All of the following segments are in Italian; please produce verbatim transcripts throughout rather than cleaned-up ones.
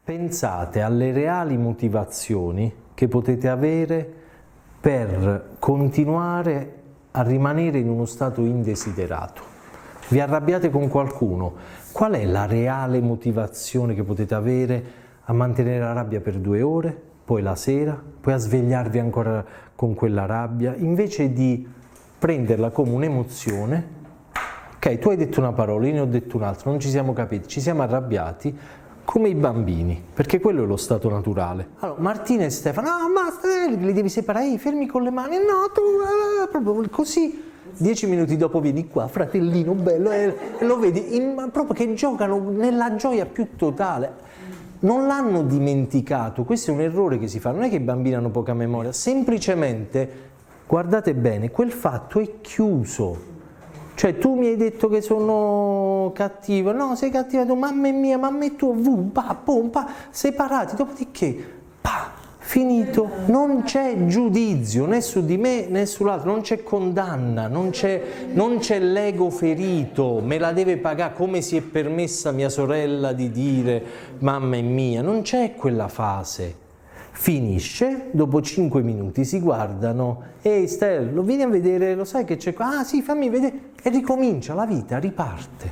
Pensate alle reali motivazioni che potete avere per continuare a rimanere in uno stato indesiderato. Vi arrabbiate con qualcuno, qual è la reale motivazione che potete avere a mantenere la rabbia per due ore, poi la sera, poi a svegliarvi ancora con quella rabbia, invece di prenderla come un'emozione? Ok, tu hai detto una parola, io ne ho detto un'altra, non ci siamo capiti, ci siamo arrabbiati come i bambini, perché quello è lo stato naturale. Allora, Martina e Stefano, no, ma li devi separare, ehi, fermi con le mani, no, tu, eh, proprio così. Dieci minuti dopo vieni qua, fratellino bello, e lo vedi, in, proprio che giocano nella gioia più totale. Non l'hanno dimenticato, questo è un errore che si fa, non è che i bambini hanno poca memoria, semplicemente, guardate bene, quel fatto è chiuso. Cioè tu mi hai detto che sono cattivo, no, sei cattiva tu, mamma mia, mamma e tu, vu, pa, pum, pa, separati, dopodiché, pa, finito, non c'è giudizio né su di me né sull'altro, non c'è condanna, non c'è, non c'è l'ego ferito, me la deve pagare, come si è permessa mia sorella di dire mamma è mia, non c'è quella fase. Finisce, dopo cinque minuti si guardano, ehi Stel, lo vieni a vedere, lo sai che c'è qua? Ah sì, fammi vedere, e ricomincia, la vita riparte.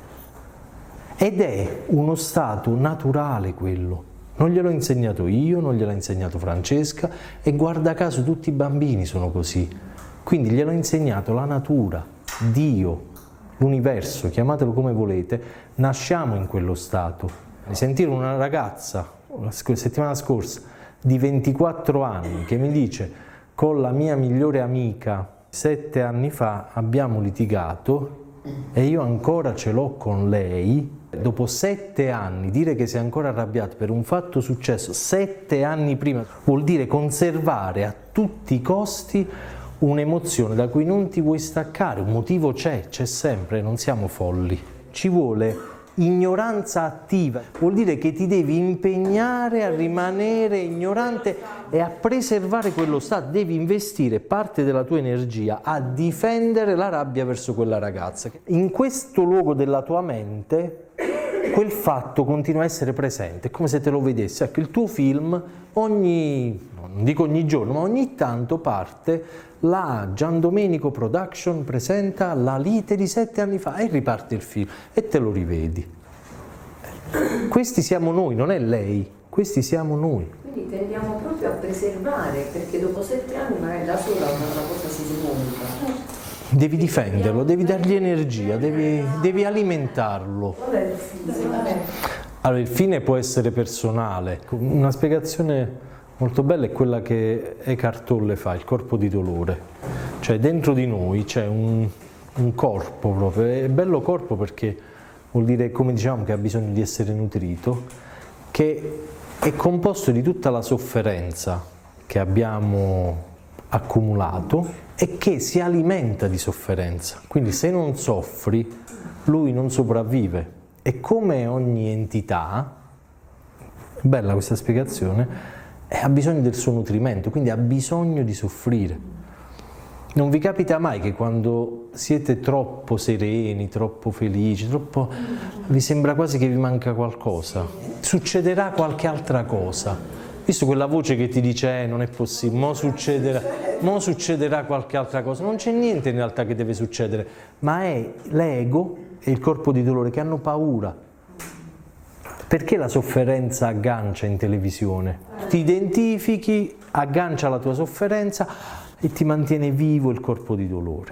Ed è uno stato naturale quello, non gliel'ho insegnato io, non gliel'ha insegnato Francesca, e guarda caso tutti i bambini sono così, quindi gliel'ho insegnato la natura, Dio, l'universo, chiamatelo come volete, nasciamo in quello stato. Sentire una ragazza, la settimana scorsa, di ventiquattro anni, che mi dice con la mia migliore amica sette anni fa abbiamo litigato e io ancora ce l'ho con lei, dopo sette anni dire che sei ancora arrabbiato per un fatto successo sette anni prima vuol dire conservare a tutti i costi un'emozione da cui non ti vuoi staccare, un motivo c'è, c'è sempre, non siamo folli, ci vuole ignoranza attiva, vuol dire che ti devi impegnare a rimanere ignorante e a preservare quello stato, devi investire parte della tua energia a difendere la rabbia verso quella ragazza. In questo luogo della tua mente quel fatto continua a essere presente, è come se te lo vedessi, ecco il tuo film ogni, non dico ogni giorno, ma ogni tanto parte la Gian Domenico Production presenta la lite di sette anni fa e riparte il film e te lo rivedi. Questi siamo noi, non è lei, questi siamo noi. Quindi tendiamo proprio a preservare, perché dopo sette anni magari da sola una cosa si smonta. Devi difenderlo, devi dargli energia, devi, devi alimentarlo. Qual è il fine? Allora, il fine può essere personale. Una spiegazione molto bella è quella che Eckhart Tolle fa, il corpo di dolore. Cioè dentro di noi c'è un, un corpo proprio, è bello corpo perché vuol dire, come diciamo, che ha bisogno di essere nutrito, che è composto di tutta la sofferenza che abbiamo accumulato e che si alimenta di sofferenza. Quindi se non soffri, lui non sopravvive. E come ogni entità, bella questa spiegazione, ha bisogno del suo nutrimento, quindi ha bisogno di soffrire. Non vi capita mai che quando siete troppo sereni, troppo felici, troppo, vi sembra quasi che vi manca qualcosa? Succederà qualche altra cosa. Visto quella voce che ti dice eh, non è possibile, mo succederà, mo succederà qualche altra cosa. Non c'è niente in realtà che deve succedere, ma è l'ego e il corpo di dolore che hanno paura. Perché la sofferenza aggancia in televisione? Ti identifichi, aggancia la tua sofferenza e ti mantiene vivo il corpo di dolore.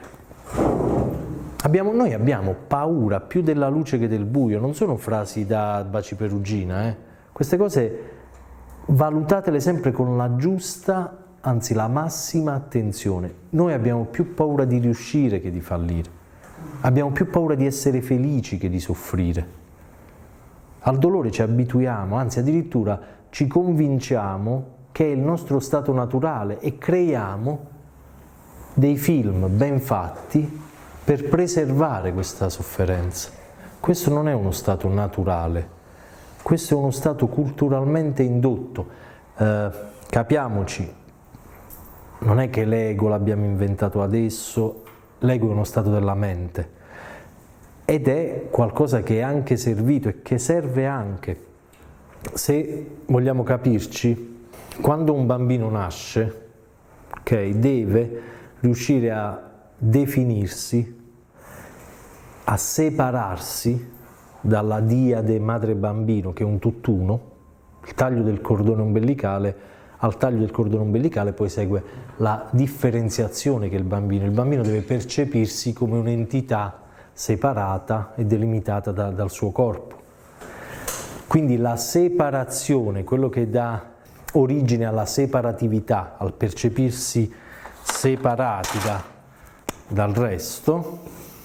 Abbiamo, noi abbiamo paura più della luce che del buio, non sono frasi da baci perugina, eh? Queste cose valutatele sempre con la giusta, anzi la massima attenzione. Noi abbiamo più paura di riuscire che di fallire, abbiamo più paura di essere felici che di soffrire. Al dolore ci abituiamo, anzi addirittura ci convinciamo che è il nostro stato naturale e creiamo dei film ben fatti per preservare questa sofferenza. Questo non è uno stato naturale, questo è uno stato culturalmente indotto. Eh, capiamoci, non è che l'ego l'abbiamo inventato adesso, l'ego è uno stato della mente. Ed è qualcosa che è anche servito e che serve anche se vogliamo capirci, quando un bambino nasce, okay, deve riuscire a definirsi, a separarsi dalla diade madre-bambino, che è un tutt'uno, il taglio del cordone ombelicale, al taglio del cordone ombelicale poi segue la differenziazione che il bambino, il bambino deve percepirsi come un'entità separata e delimitata da, dal suo corpo. Quindi la separazione, quello che dà origine alla separatività, al percepirsi separati da, dal resto,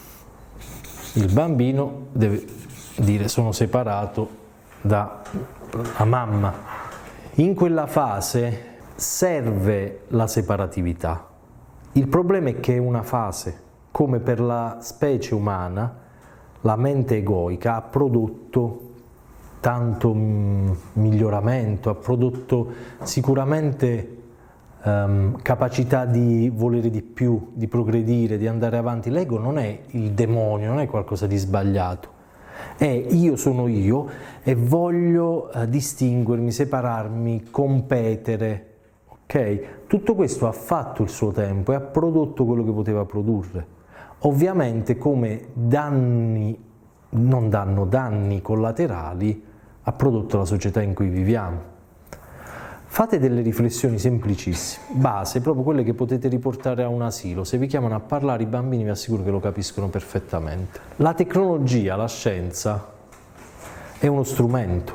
il bambino deve dire sono separato dalla mamma. In quella fase serve la separatività. Il problema è che è una fase, come per la specie umana, la mente egoica ha prodotto tanto miglioramento, ha prodotto sicuramente um, capacità di volere di più, di progredire, di andare avanti. L'ego non è il demonio, non è qualcosa di sbagliato, è io sono io e voglio uh, distinguermi, separarmi, competere, ok? Tutto questo ha fatto il suo tempo e ha prodotto quello che poteva produrre. Ovviamente come danni, non danno danni collaterali, ha prodotto la società in cui viviamo. Fate delle riflessioni semplicissime, base, proprio quelle che potete riportare a un asilo. Se vi chiamano a parlare i bambini vi assicuro che lo capiscono perfettamente. La tecnologia, la scienza è uno strumento,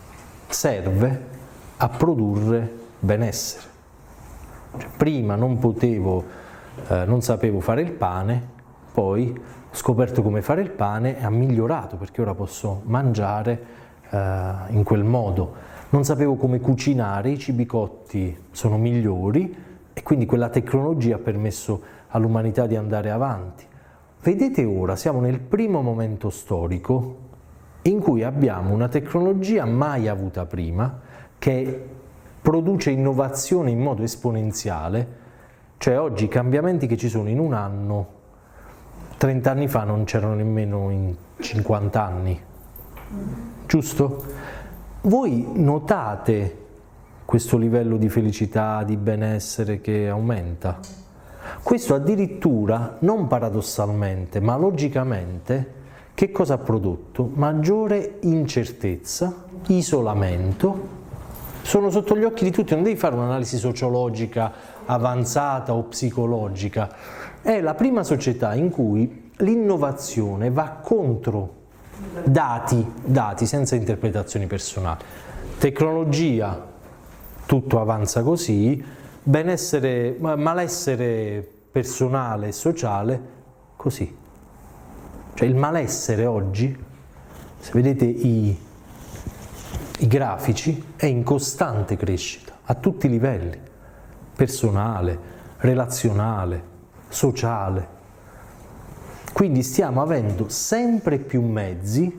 serve a produrre benessere. Cioè, prima non potevo, eh, non sapevo fare il pane, poi ho scoperto come fare il pane e ha migliorato perché ora posso mangiare in quel modo. Non sapevo come cucinare, i cibi cotti sono migliori e quindi quella tecnologia ha permesso all'umanità di andare avanti. Vedete ora, siamo nel primo momento storico in cui abbiamo una tecnologia mai avuta prima che produce innovazione in modo esponenziale, cioè oggi i cambiamenti che ci sono in un anno, trenta anni fa non c'erano nemmeno in cinquanta anni. Giusto? Voi notate questo livello di felicità, di benessere che aumenta? Questo addirittura, non paradossalmente, ma logicamente, che cosa ha prodotto? Maggiore incertezza, isolamento. Sono sotto gli occhi di tutti, non devi fare un'analisi sociologica avanzata o psicologica. È la prima società in cui l'innovazione va contro Dati, dati senza interpretazioni personali. Tecnologia, tutto avanza così, benessere, malessere personale e sociale, così. Cioè il malessere oggi, se vedete i, i grafici, è in costante crescita, a tutti i livelli, personale, relazionale, sociale. Quindi stiamo avendo sempre più mezzi.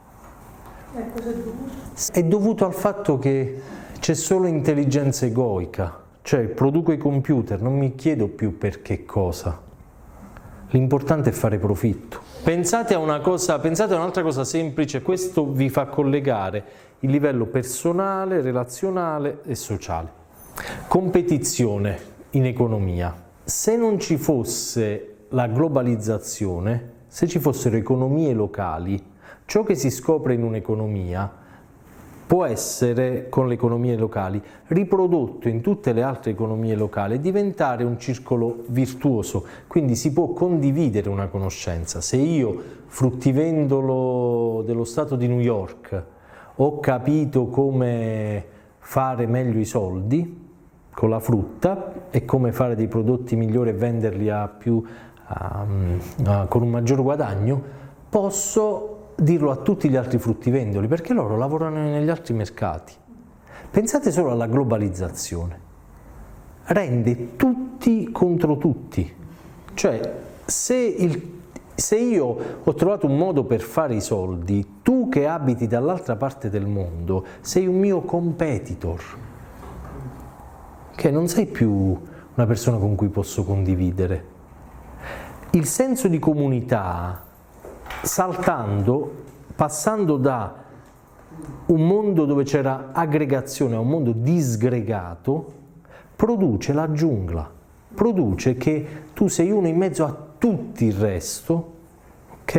È dovuto al fatto che c'è solo intelligenza egoica, cioè produco i computer, non mi chiedo più per che cosa. L'importante è fare profitto. Pensate a una cosa, pensate a un'altra cosa semplice, questo vi fa collegare il livello personale, relazionale e sociale. Competizione in economia. Se non ci fosse la globalizzazione, se ci fossero economie locali, ciò che si scopre in un'economia può essere, con le economie locali, riprodotto in tutte le altre economie locali e diventare un circolo virtuoso, quindi si può condividere una conoscenza. Se io, fruttivendolo dello Stato di New York, ho capito come fare meglio i soldi con la frutta e come fare dei prodotti migliori e venderli a più Um, uh, con un maggior guadagno, posso dirlo a tutti gli altri fruttivendoli perché loro lavorano negli altri mercati. Pensate solo alla globalizzazione, rende tutti contro tutti, cioè se, il, se io ho trovato un modo per fare i soldi, tu che abiti dall'altra parte del mondo sei un mio competitor, che non sei più una persona con cui posso condividere. Il senso di comunità, saltando, passando da Un mondo dove c'era aggregazione, un mondo disgregato, produce la giungla, produce che tu sei uno in mezzo a tutto il resto, ok?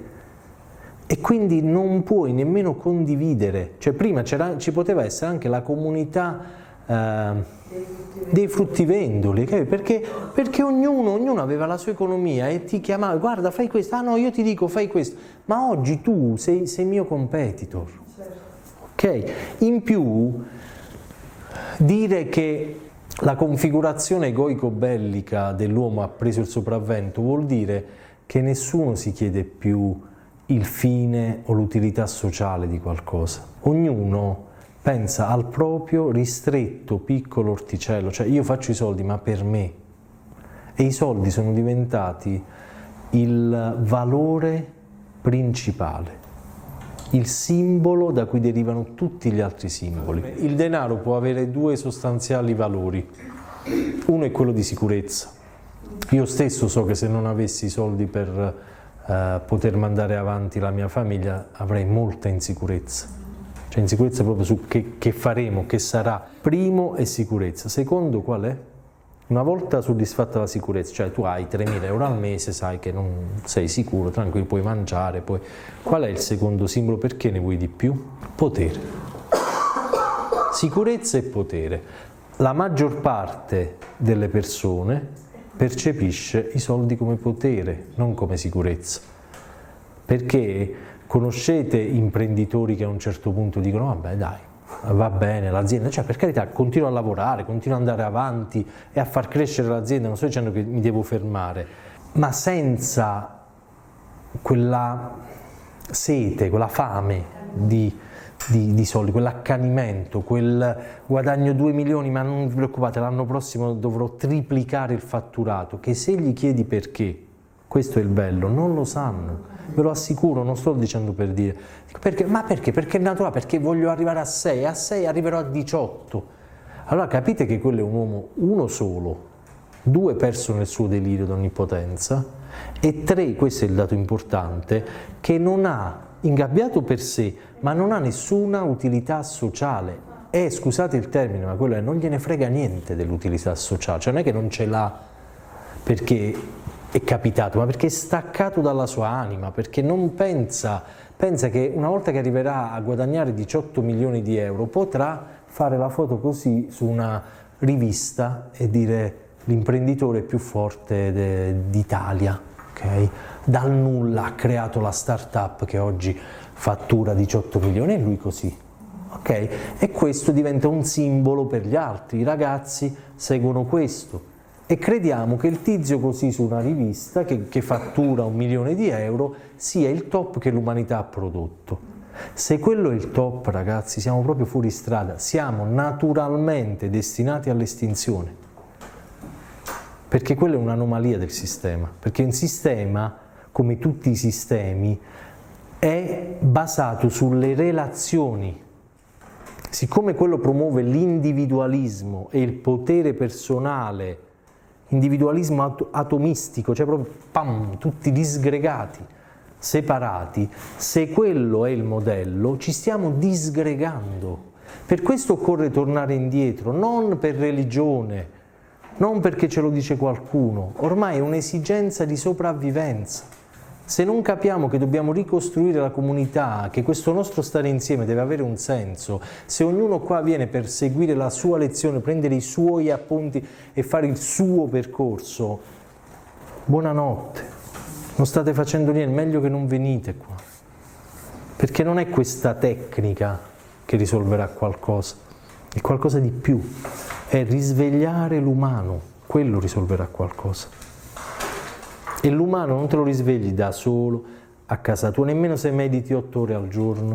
E quindi non puoi nemmeno condividere, cioè prima c'era, ci poteva essere anche la comunità eh, dei fruttivendoli, okay? perché, perché ognuno, ognuno aveva la sua economia e ti chiamava, guarda fai questo, ah no io ti dico fai questo, ma oggi tu sei, sei mio competitor, ok? In più dire che la configurazione egoico-bellica dell'uomo ha preso il sopravvento vuol dire che nessuno si chiede più il fine o l'utilità sociale di qualcosa. Ognuno pensa al proprio ristretto piccolo orticello, cioè io faccio i soldi ma per me. E i soldi sono diventati il valore principale, il simbolo da cui derivano tutti gli altri simboli. Il denaro può avere due sostanziali valori. Uno è quello di sicurezza. Io stesso so che se non avessi i soldi per eh, poter mandare avanti la mia famiglia avrei molta insicurezza. Cioè insicurezza proprio su che, che faremo, che sarà. Primo è sicurezza. Secondo qual è? Una volta soddisfatta la sicurezza, cioè tu hai tremila euro al mese, sai che non sei sicuro, tranquillo, puoi mangiare, poi... Qual è il secondo simbolo? Perché ne vuoi di più? Potere. Sicurezza e potere. La maggior parte delle persone percepisce i soldi come potere, non come sicurezza. Perché conoscete imprenditori che a un certo punto dicono vabbè dai, va bene l'azienda, cioè per carità continuo a lavorare, continuo ad andare avanti e a far crescere l'azienda, non sto dicendo che mi devo fermare, ma senza quella sete, quella fame di, di, di soldi, quell'accanimento, quel guadagno due milioni ma non vi preoccupate l'anno prossimo dovrò triplicare il fatturato, che se gli chiedi perché, questo è il bello, non lo sanno. Ve lo assicuro, non sto dicendo per dire, perché, ma perché? Perché è naturale, perché voglio arrivare a sei, a sei arriverò a diciotto. Allora capite che quello è un uomo, uno solo, due perso nel suo delirio d'onnipotenza e tre, questo è il dato importante, che non ha ingabbiato per sé, ma non ha nessuna utilità sociale. E scusate il termine, ma quello è, non gliene frega niente dell'utilità sociale, cioè non è che non ce l'ha perché è capitato, ma perché è staccato dalla sua anima, perché non pensa, pensa che una volta che arriverà a guadagnare diciotto milioni di euro potrà fare la foto così su una rivista e dire l'imprenditore più forte d'Italia, ok? Dal nulla ha creato la start-up che oggi fattura diciotto milioni e lui così, ok? E questo diventa un simbolo per gli altri, i ragazzi seguono questo. E crediamo che il tizio così su una rivista che, che fattura un milione di euro sia il top che l'umanità ha prodotto. Se quello è il top, ragazzi, siamo proprio fuori strada, siamo naturalmente destinati all'estinzione. Perché quella è un'anomalia del sistema, perché un sistema, come tutti i sistemi, è basato sulle relazioni. Siccome quello promuove l'individualismo e il potere personale, individualismo at- atomistico, cioè proprio pam, tutti disgregati, separati, se quello è il modello ci stiamo disgregando. Per questo occorre tornare indietro, non per religione, non perché ce lo dice qualcuno, ormai è un'esigenza di sopravvivenza. Se non capiamo che dobbiamo ricostruire la comunità, che questo nostro stare insieme deve avere un senso, se ognuno qua viene per seguire la sua lezione, prendere i suoi appunti e fare il suo percorso, buonanotte, non state facendo niente, meglio che non venite qua, perché non è questa tecnica che risolverà qualcosa, è qualcosa di più, è risvegliare l'umano, quello risolverà qualcosa. E l'umano non te lo risvegli da solo, a casa tua, nemmeno se mediti otto ore al giorno.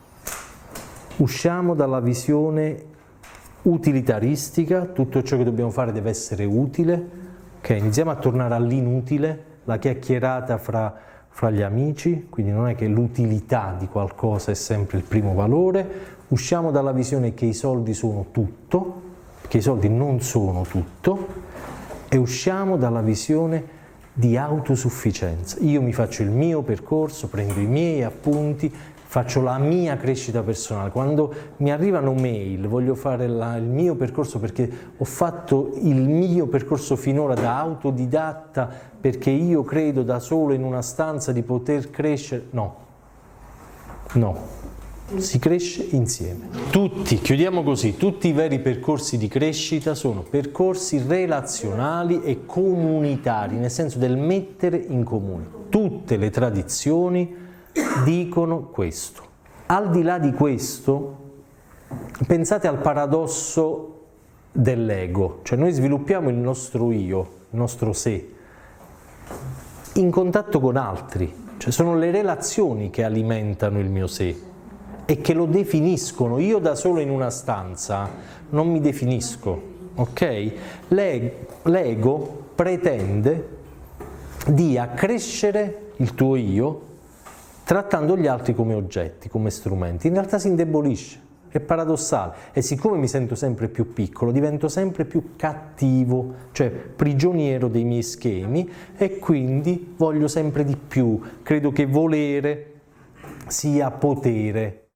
Usciamo dalla visione utilitaristica, tutto ciò che dobbiamo fare deve essere utile, okay, iniziamo a tornare all'inutile, la chiacchierata fra, fra gli amici, quindi non è che l'utilità di qualcosa è sempre il primo valore, usciamo dalla visione che i soldi sono tutto, perché i soldi non sono tutto, e usciamo dalla visione di autosufficienza. Io mi faccio il mio percorso, prendo i miei appunti, faccio la mia crescita personale. Quando mi arrivano mail, voglio fare la, il mio percorso perché ho fatto il mio percorso finora da autodidatta, perché io credo da solo in una stanza di poter crescere. No, no. Si cresce insieme. Tutti, chiudiamo così, tutti i veri percorsi di crescita sono percorsi relazionali e comunitari, nel senso del mettere in comune. Tutte le tradizioni dicono questo. Al di là di questo, pensate al paradosso dell'ego, cioè noi sviluppiamo il nostro io, il nostro sé, in contatto con altri, cioè sono le relazioni che alimentano il mio sé e che lo definiscono. Io da solo in una stanza non mi definisco, ok? L'ego pretende di accrescere il tuo io trattando gli altri come oggetti, come strumenti. In realtà si indebolisce, è paradossale. E siccome mi sento sempre più piccolo, divento sempre più cattivo, cioè prigioniero dei miei schemi, e quindi voglio sempre di più. Credo che volere sia potere.